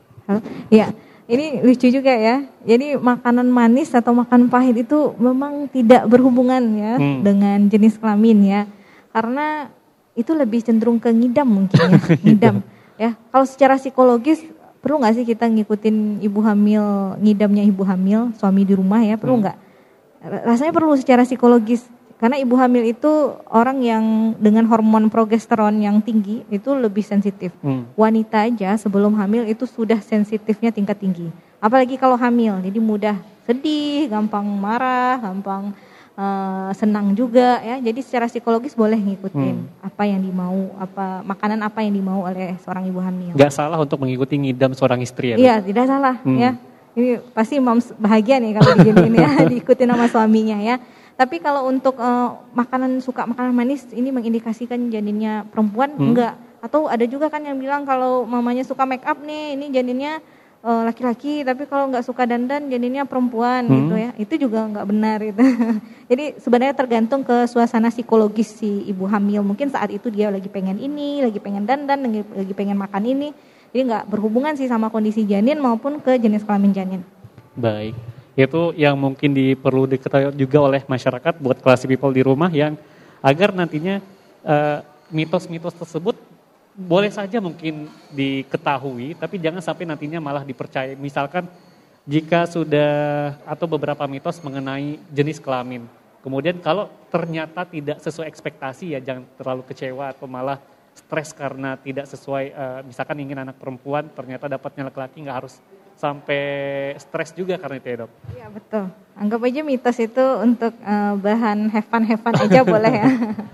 Ya, ini lucu juga ya. Jadi makanan manis atau makan pahit itu memang tidak berhubungan ya hmm. dengan jenis kelamin ya. Karena itu lebih cenderung ke ngidam mungkin ya, ngidam. Ya, kalau secara psikologis perlu nggak sih kita ngikutin ibu hamil, ngidamnya ibu hamil, suami di rumah ya, perlu nggak? Hmm. Rasanya perlu secara psikologis, karena ibu hamil itu orang yang dengan hormon progesteron yang tinggi itu lebih sensitif. Hmm. Wanita aja sebelum hamil itu sudah sensitifnya tingkat tinggi. Apalagi kalau hamil, jadi mudah sedih, gampang marah, gampang uh, senang juga ya. Jadi secara psikologis boleh ngikutin hmm. apa yang dimau, apa makanan apa yang dimau oleh seorang ibu hamil. Gak salah untuk mengikuti ngidam seorang istri ya? Iya, tidak salah hmm. ya. Ini pasti moms bahagia nih kalau diginiin ya, diikuti nama suaminya ya. Tapi kalau untuk uh, makanan suka makanan manis, ini mengindikasikan janinnya perempuan, hmm. enggak. Atau ada juga kan yang bilang kalau mamanya suka make up nih, ini janinnya uh, laki-laki, tapi kalau nggak suka dandan janinnya perempuan hmm. gitu ya. Itu juga nggak benar gitu. Jadi sebenarnya tergantung ke suasana psikologis si ibu hamil. Mungkin saat itu dia lagi pengen ini, lagi pengen dandan, lagi, lagi pengen makan ini. Jadi nggak berhubungan sih sama kondisi janin maupun ke jenis kelamin janin. Baik, itu yang mungkin di, perlu diketahui juga oleh masyarakat buat classy people di rumah yang agar nantinya uh, mitos-mitos tersebut boleh saja mungkin diketahui, tapi jangan sampai nantinya malah dipercaya. Misalkan jika sudah atau beberapa mitos mengenai jenis kelamin, kemudian kalau ternyata tidak sesuai ekspektasi ya jangan terlalu kecewa atau malah stres karena tidak sesuai, uh, misalkan ingin anak perempuan ternyata dapatnya laki-laki, nggak harus sampai stres juga karena itu ya dok? Iya betul, anggap aja mitos itu untuk uh, bahan have fun-have fun aja boleh ya.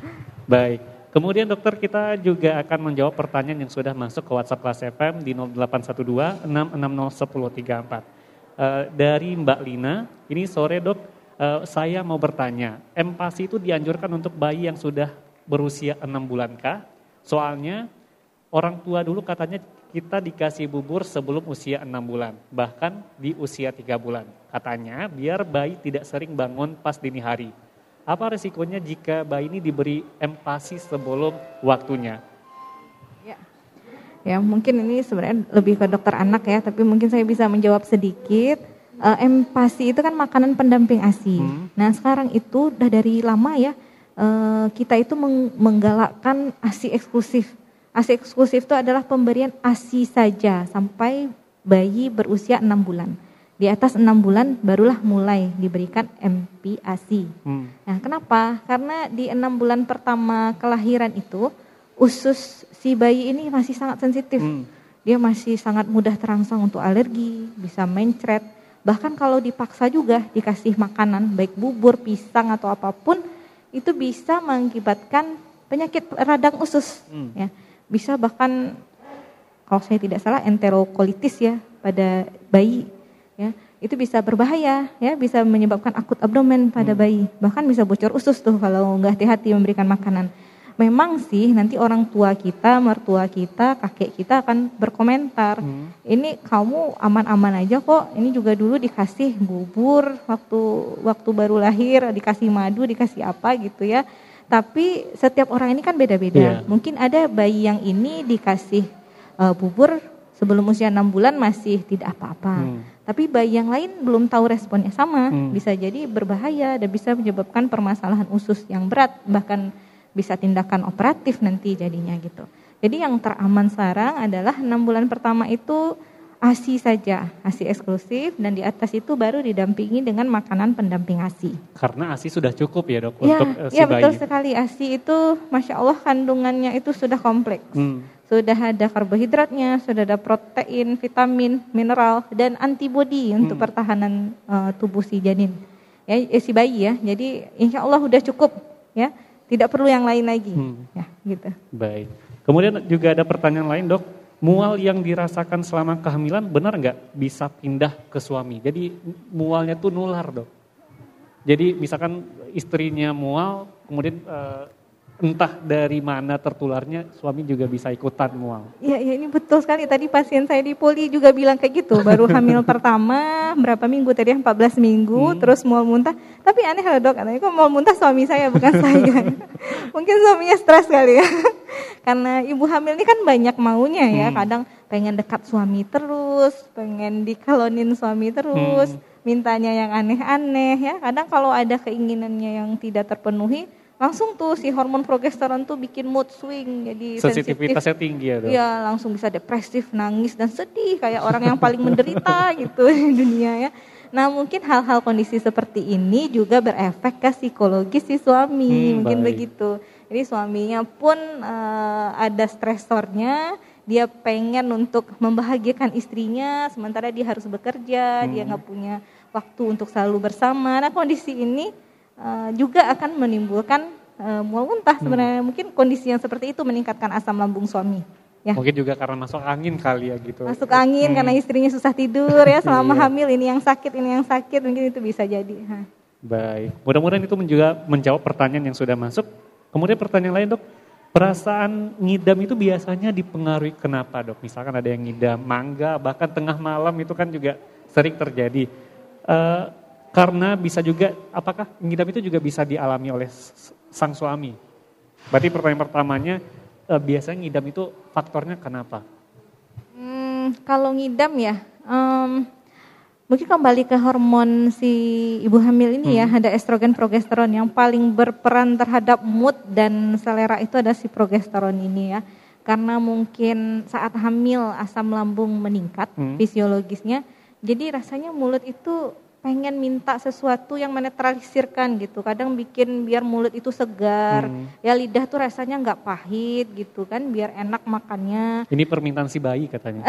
Baik. Kemudian dokter kita juga akan menjawab pertanyaan yang sudah masuk ke WhatsApp Kelas F M di nol delapan satu dua enam enam nol satu nol tiga empat. Uh, dari Mbak Lina, ini sore dok, uh, saya mau bertanya, empasi itu dianjurkan untuk bayi yang sudah berusia enam bulan kah? Soalnya orang tua dulu katanya kita dikasih bubur sebelum usia enam bulan, bahkan di usia tiga bulan. Katanya biar bayi tidak sering bangun pas dini hari. Apa resikonya jika bayi ini diberi empasi sebelum waktunya? Ya, ya mungkin ini sebenarnya lebih ke dokter anak ya, tapi mungkin saya bisa menjawab sedikit. Uh, empasi itu kan makanan pendamping A S I. Hmm. Nah sekarang itu udah dari lama ya, uh, kita itu meng- menggalakkan A S I eksklusif. A S I eksklusif itu adalah pemberian A S I saja sampai bayi berusia enam bulan. Di atas enam bulan barulah mulai diberikan M P A S I. Hmm. Nah kenapa? Karena di enam bulan pertama kelahiran itu usus si bayi ini masih sangat sensitif. Hmm. Dia masih sangat mudah terangsang untuk alergi, bisa mencret. Bahkan kalau dipaksa juga dikasih makanan baik bubur, pisang atau apapun itu bisa mengakibatkan penyakit radang usus. Hmm. Ya, bisa bahkan kalau saya tidak salah enterokolitis ya pada bayi. Ya, itu bisa berbahaya, ya, bisa menyebabkan akut abdomen pada bayi, bahkan bisa bocor usus tuh kalau nggak hati-hati memberikan makanan. Memang sih nanti orang tua kita, mertua kita, kakek kita akan berkomentar, hmm. ini kamu aman-aman aja kok, ini juga dulu dikasih bubur waktu waktu baru lahir, dikasih madu, dikasih apa gitu ya. Tapi setiap orang ini kan beda-beda. Yeah. Mungkin ada bayi yang ini dikasih uh, bubur sebelum usia enam bulan masih tidak apa-apa. Hmm. Tapi bayi yang lain belum tahu responnya sama, hmm. bisa jadi berbahaya dan bisa menyebabkan permasalahan usus yang berat, bahkan bisa tindakan operatif nanti jadinya gitu. Jadi yang teraman sekarang adalah enam bulan pertama itu A S I saja, A S I eksklusif, dan di atas itu baru didampingi dengan makanan pendamping A S I. Karena A S I sudah cukup ya dok ya, untuk uh, si ya, bayi. Ya betul sekali, A S I itu Masya Allah kandungannya itu sudah kompleks. Hmm. Sudah ada karbohidratnya, sudah ada protein, vitamin, mineral, dan antibodi hmm. untuk pertahanan uh, tubuh si janin, ya eh, si bayi ya. Jadi insya Allah sudah cukup, ya, tidak perlu yang lain lagi, hmm. ya, gitu. Baik. Kemudian juga ada pertanyaan lain dok, mual yang dirasakan selama kehamilan benar nggak bisa pindah ke suami? Jadi mualnya tuh nular dok. Jadi misalkan istrinya mual, kemudian uh, entah dari mana tertularnya, suami juga bisa ikutan mual. Iya, ya, ini betul sekali. Tadi pasien saya di poli juga bilang kayak gitu. Baru hamil pertama, berapa minggu tadi, empat belas minggu, hmm. terus mual muntah. Tapi aneh loh dok, katanya kok mual muntah suami saya, bukan saya. Mungkin suaminya stres kali ya. Karena ibu hamil ini kan banyak maunya ya. Hmm. Kadang pengen dekat suami terus, pengen dikalonin suami terus, hmm. mintanya yang aneh-aneh ya. Kadang kalau ada keinginannya yang tidak terpenuhi, langsung tuh si hormon progesteron tuh bikin mood swing, jadi sensitivitasnya tinggi ya dok? Iya, langsung bisa depresif, nangis dan sedih kayak orang yang paling menderita gitu di dunia ya. Nah mungkin hal-hal kondisi seperti ini juga berefek ke psikologis si suami, hmm, mungkin baik. Begitu. Jadi suaminya pun uh, ada stresornya, dia pengen untuk membahagiakan istrinya, sementara dia harus bekerja, hmm. dia nggak punya waktu untuk selalu bersama. Nah kondisi ini Uh, juga akan menimbulkan uh, mual muntah sebenarnya. Hmm. Mungkin kondisi yang seperti itu meningkatkan asam lambung suami. Ya. Mungkin juga karena masuk angin kali ya gitu. Masuk angin hmm. karena istrinya susah tidur ya selama hamil, ini yang sakit, ini yang sakit, mungkin itu bisa jadi. Ha. Baik, mudah-mudahan itu juga menjawab pertanyaan yang sudah masuk. Kemudian pertanyaan lain dok, perasaan ngidam itu biasanya dipengaruhi kenapa dok? Misalkan ada yang ngidam mangga, bahkan tengah malam itu kan juga sering terjadi. Uh, Karena bisa juga, apakah ngidam itu juga bisa dialami oleh sang suami? Berarti pertanyaan pertamanya, e, biasanya ngidam itu faktornya kenapa? kalau ngidam ya, um, mungkin kembali ke hormon si ibu hamil ini hmm. ya, ada estrogen progesteron yang paling berperan terhadap mood dan selera itu ada si progesteron ini ya. Karena mungkin saat hamil asam lambung meningkat hmm. fisiologisnya, jadi rasanya mulut itu pengen minta sesuatu yang menetralisirkan gitu. Kadang bikin biar mulut itu segar, hmm. ya lidah tuh rasanya nggak pahit gitu kan, biar enak makannya. Ini permintaan si bayi katanya.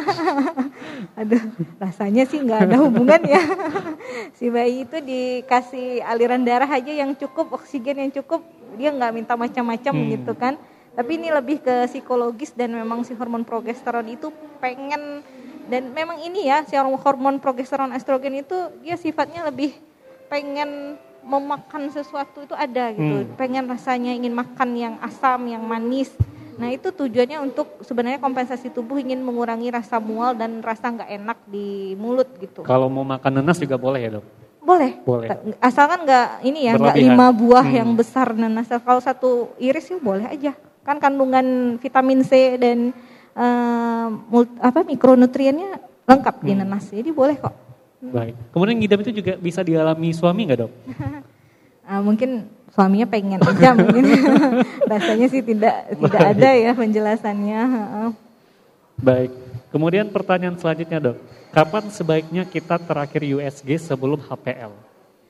Aduh, rasanya sih nggak ada hubungan ya. Si bayi itu dikasih aliran darah aja yang cukup, oksigen yang cukup, dia nggak minta macam-macam hmm. gitu kan. Tapi ini lebih ke psikologis dan memang si hormon progesteron itu pengen. Dan memang ini ya, si hormon progesteron estrogen itu dia sifatnya lebih pengen memakan sesuatu itu ada gitu. Hmm. Pengen rasanya ingin makan yang asam, yang manis. Nah itu tujuannya untuk sebenarnya kompensasi tubuh ingin mengurangi rasa mual dan rasa nggak enak di mulut gitu. Kalau mau makan nanas juga boleh ya dok? Boleh. Boleh. Asalkan nggak ini ya, nggak lima buah hmm. yang besar nanas. Kalau satu iris ya boleh aja. Kan kandungan vitamin C dan Uh, multi, apa mikronutriennya lengkap hmm. di nanas, jadi boleh kok. Baik. Kemudian ngidam itu juga bisa dialami suami nggak dok? uh, mungkin suaminya pengen aja mungkin. Rasanya sih tidak tidak Baik. ada ya penjelasannya. Baik. Kemudian pertanyaan selanjutnya dok, kapan sebaiknya kita terakhir U S G sebelum H P L?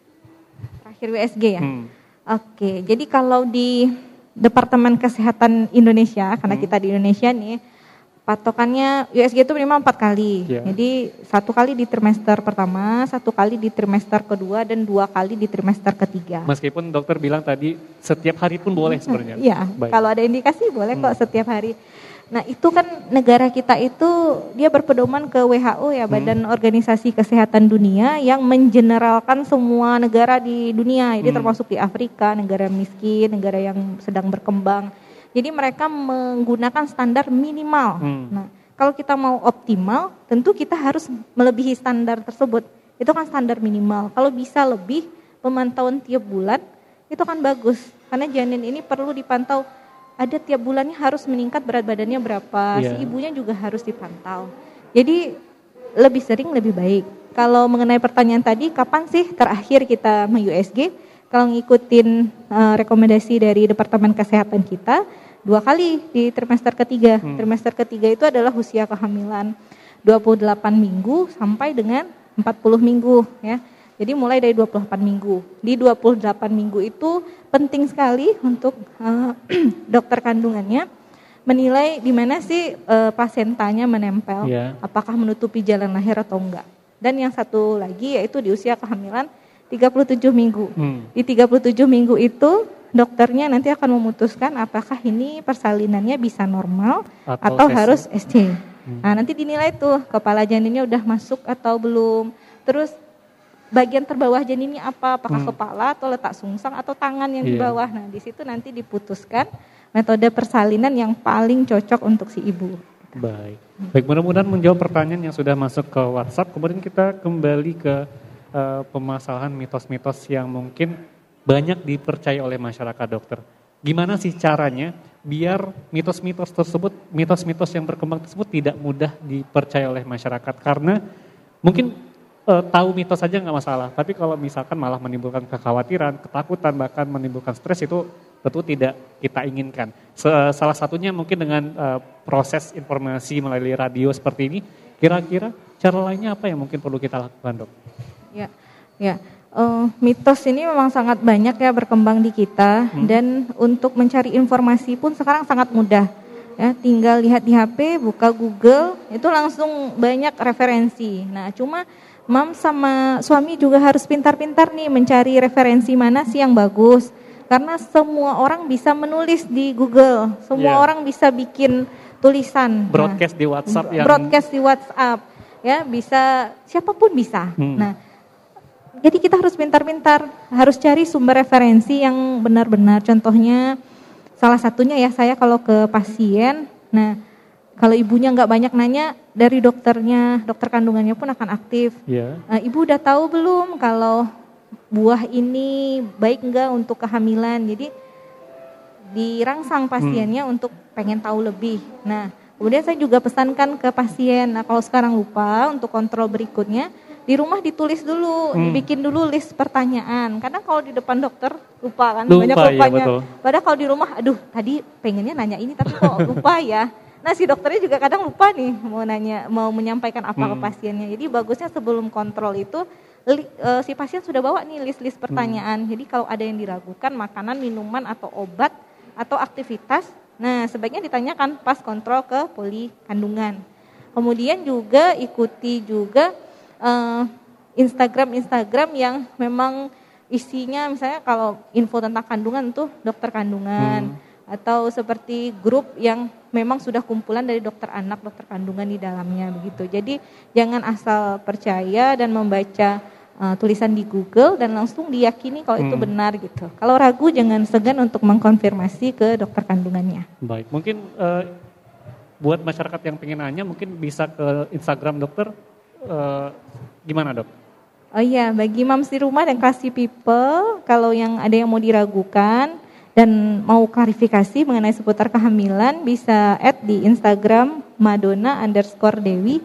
Terakhir U S G ya. Hmm. Oke, jadi kalau di Departemen Kesehatan Indonesia, karena hmm. kita di Indonesia nih. Patokannya U S G itu minimal empat kali, yeah. Jadi satu kali di trimester pertama, satu kali di trimester kedua, dan dua kali di trimester ketiga. Meskipun dokter bilang tadi setiap hari pun boleh sebenarnya. Iya, kalau ada indikasi boleh kok hmm. setiap hari. Nah itu kan negara kita itu dia berpedoman ke W H O ya, hmm. Badan Organisasi Kesehatan Dunia yang mengeneralkan semua negara di dunia, jadi hmm. termasuk di Afrika, negara miskin, negara yang sedang berkembang. Jadi mereka menggunakan standar minimal. Hmm. Nah, kalau kita mau optimal, tentu kita harus melebihi standar tersebut. Itu kan standar minimal. Kalau bisa lebih, pemantauan tiap bulan, itu kan bagus. Karena janin ini perlu dipantau. Ada tiap bulannya harus meningkat berat badannya berapa. Yeah. Si ibunya juga harus dipantau. Jadi lebih sering lebih baik. Kalau mengenai pertanyaan tadi, kapan sih terakhir kita me-U S G? Kalau ngikutin uh, rekomendasi dari Departemen Kesehatan kita, dua kali di trimester ketiga. Hmm. Trimester ketiga itu adalah usia kehamilan dua puluh delapan minggu sampai dengan empat puluh minggu ya. Jadi mulai dari dua puluh delapan minggu. Di dua puluh delapan minggu itu penting sekali untuk uh, dokter kandungannya menilai di mana sih uh, plasentanya menempel, yeah. Apakah menutupi jalan lahir atau enggak. Dan yang satu lagi yaitu di usia kehamilan tiga puluh tujuh minggu. Hmm. Di tiga puluh tujuh minggu itu dokternya nanti akan memutuskan apakah ini persalinannya bisa normal atau, atau harus S C. Hmm. Nah, nanti dinilai tuh kepala janinnya udah masuk atau belum. Terus bagian terbawah janinnya apa? Apakah hmm. kepala atau letak sungsang atau tangan yang yeah. di bawah. Nah, di situ nanti diputuskan metode persalinan yang paling cocok untuk si ibu. Baik. Baik, mudah-mudahan menjawab pertanyaan yang sudah masuk ke WhatsApp. Kemudian kita kembali ke uh, permasalahan mitos-mitos yang mungkin banyak dipercaya oleh masyarakat dokter. Gimana sih caranya biar mitos-mitos tersebut, mitos-mitos yang berkembang tersebut tidak mudah dipercaya oleh masyarakat? Karena mungkin e, tahu mitos saja nggak masalah, tapi kalau misalkan malah menimbulkan kekhawatiran, ketakutan, bahkan menimbulkan stres itu tentu tidak kita inginkan. Salah satunya mungkin dengan e, proses informasi melalui radio seperti ini. Kira-kira cara lainnya apa yang mungkin perlu kita lakukan, dok? Ya, ya. Uh, mitos ini memang sangat banyak ya berkembang di kita hmm. dan untuk mencari informasi pun sekarang sangat mudah ya, tinggal lihat di H P, buka Google, itu langsung banyak referensi. Nah cuma mam sama suami juga harus pintar-pintar nih mencari referensi mana sih yang bagus, karena semua orang bisa menulis di Google, semua yeah. orang bisa bikin tulisan, broadcast nah, di WhatsApp yang broadcast di WhatsApp ya, bisa siapapun bisa. Hmm. Nah jadi kita harus pintar-pintar, harus cari sumber referensi yang benar-benar. Contohnya salah satunya ya, saya kalau ke pasien, nah kalau ibunya nggak banyak nanya, dari dokternya, dokter kandungannya pun akan aktif. Yeah. Nah, ibu udah tahu belum kalau buah ini baik nggak untuk kehamilan? Jadi dirangsang pasiennya hmm. untuk pengen tahu lebih. Nah Kemudian saya juga pesankan ke pasien, nah kalau sekarang lupa untuk kontrol berikutnya, di rumah ditulis dulu, hmm. dibikin dulu list pertanyaan. Karena kalau di depan dokter lupa kan, lupa, banyak lupanya. Iya, padahal kalau di rumah, aduh tadi pengennya nanya ini tapi kok lupa ya. Nah si dokternya juga kadang lupa nih mau nanya, mau menyampaikan apa hmm. ke pasiennya. Jadi bagusnya sebelum kontrol itu li, uh, si pasien sudah bawa nih list-list pertanyaan. Hmm. Jadi kalau ada yang diragukan makanan, minuman atau obat atau aktivitas, nah sebaiknya ditanyakan pas kontrol ke poli kandungan. Kemudian juga ikuti juga uh, Instagram-Instagram yang memang isinya misalnya kalau info tentang kandungan tuh dokter kandungan. Hmm. Atau seperti grup yang memang sudah kumpulan dari dokter anak, dokter kandungan di dalamnya begitu. Jadi jangan asal percaya dan membaca uh, tulisan di Google dan langsung diyakini kalau hmm. itu benar gitu. Kalau ragu jangan segan untuk mengkonfirmasi ke dokter kandungannya. Baik, mungkin uh, buat masyarakat yang pengen nanya mungkin bisa ke Instagram dokter, uh, gimana dok? Oh iya, bagi moms di rumah dan classy people, kalau yang ada yang mau diragukan dan mau klarifikasi mengenai seputar kehamilan bisa add di Instagram Madonna underscore Dewi,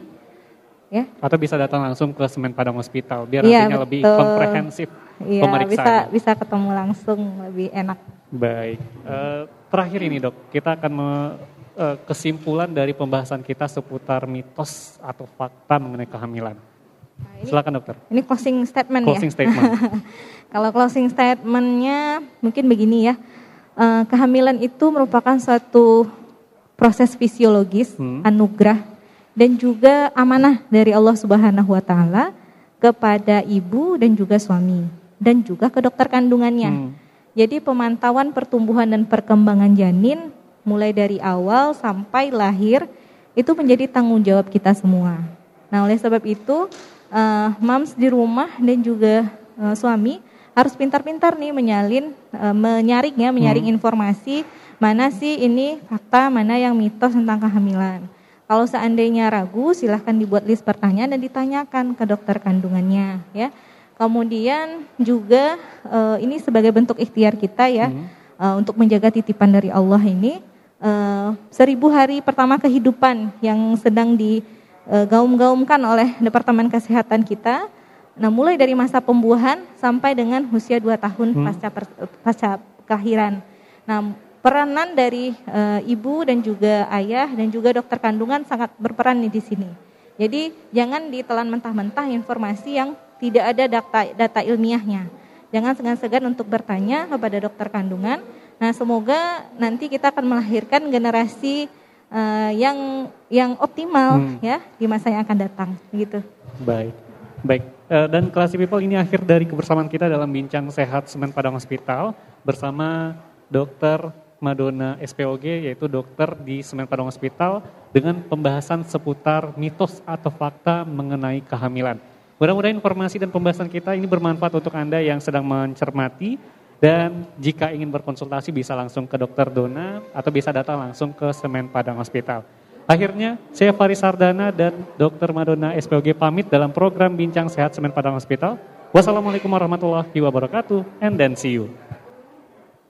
ya. Atau bisa datang langsung ke Semen Padang Hospital biar ya, nantinya betul. Lebih komprehensif ya, pemeriksaan. Bisa bisa ketemu langsung lebih enak. Baik, uh, terakhir ini dok, kita akan me, uh, kesimpulan dari pembahasan kita seputar mitos atau fakta mengenai kehamilan. Nah, ini, silakan dokter. Ini closing statement closing ya. Closing statement. Kalau closing statementnya mungkin begini ya. Uh, kehamilan itu merupakan suatu proses fisiologis, hmm. anugerah dan juga amanah dari Allah Subhanahu wa taala kepada ibu dan juga suami dan juga ke dokter kandungannya. Hmm. Jadi pemantauan pertumbuhan dan perkembangan janin mulai dari awal sampai lahir itu menjadi tanggung jawab kita semua. Nah, oleh sebab itu uh, moms di rumah dan juga uh, suami harus pintar-pintar nih menyalin, e, menyaring ya, menyaring hmm. informasi mana sih ini fakta, mana yang mitos tentang kehamilan. Kalau seandainya ragu, silahkan dibuat list pertanyaan dan ditanyakan ke dokter kandungannya, ya. Kemudian juga e, ini sebagai bentuk ikhtiar kita ya, hmm. e, untuk menjaga titipan dari Allah ini, e, seribu hari pertama kehidupan yang sedang digaum-gaumkan oleh Departemen Kesehatan kita. Nah, mulai dari masa pembuahan sampai dengan usia dua tahun hmm. pasca per, pasca kelahiran. Nah, peranan dari e, ibu dan juga ayah dan juga dokter kandungan sangat berperan nih di sini. Jadi, jangan ditelan mentah-mentah informasi yang tidak ada data data ilmiahnya. Jangan segan-segan untuk bertanya kepada dokter kandungan. Nah, semoga nanti kita akan melahirkan generasi e, yang yang optimal hmm. ya di masa yang akan datang, gitu. Baik. Baik, dan Classy People, ini akhir dari kebersamaan kita dalam Bincang Sehat Semen Padang Hospital bersama dokter Madonna S P O G, yaitu dokter di Semen Padang Hospital dengan pembahasan seputar mitos atau fakta mengenai kehamilan. Mudah-mudahan informasi dan pembahasan kita ini bermanfaat untuk Anda yang sedang mencermati, dan jika ingin berkonsultasi bisa langsung ke dokter Dona atau bisa datang langsung ke Semen Padang Hospital. Akhirnya, saya Faris Hardana dan dokter Madonna S P O G pamit dalam program Bincang Sehat Semen Padang Hospital. Wassalamualaikum warahmatullahi wabarakatuh, and then see you.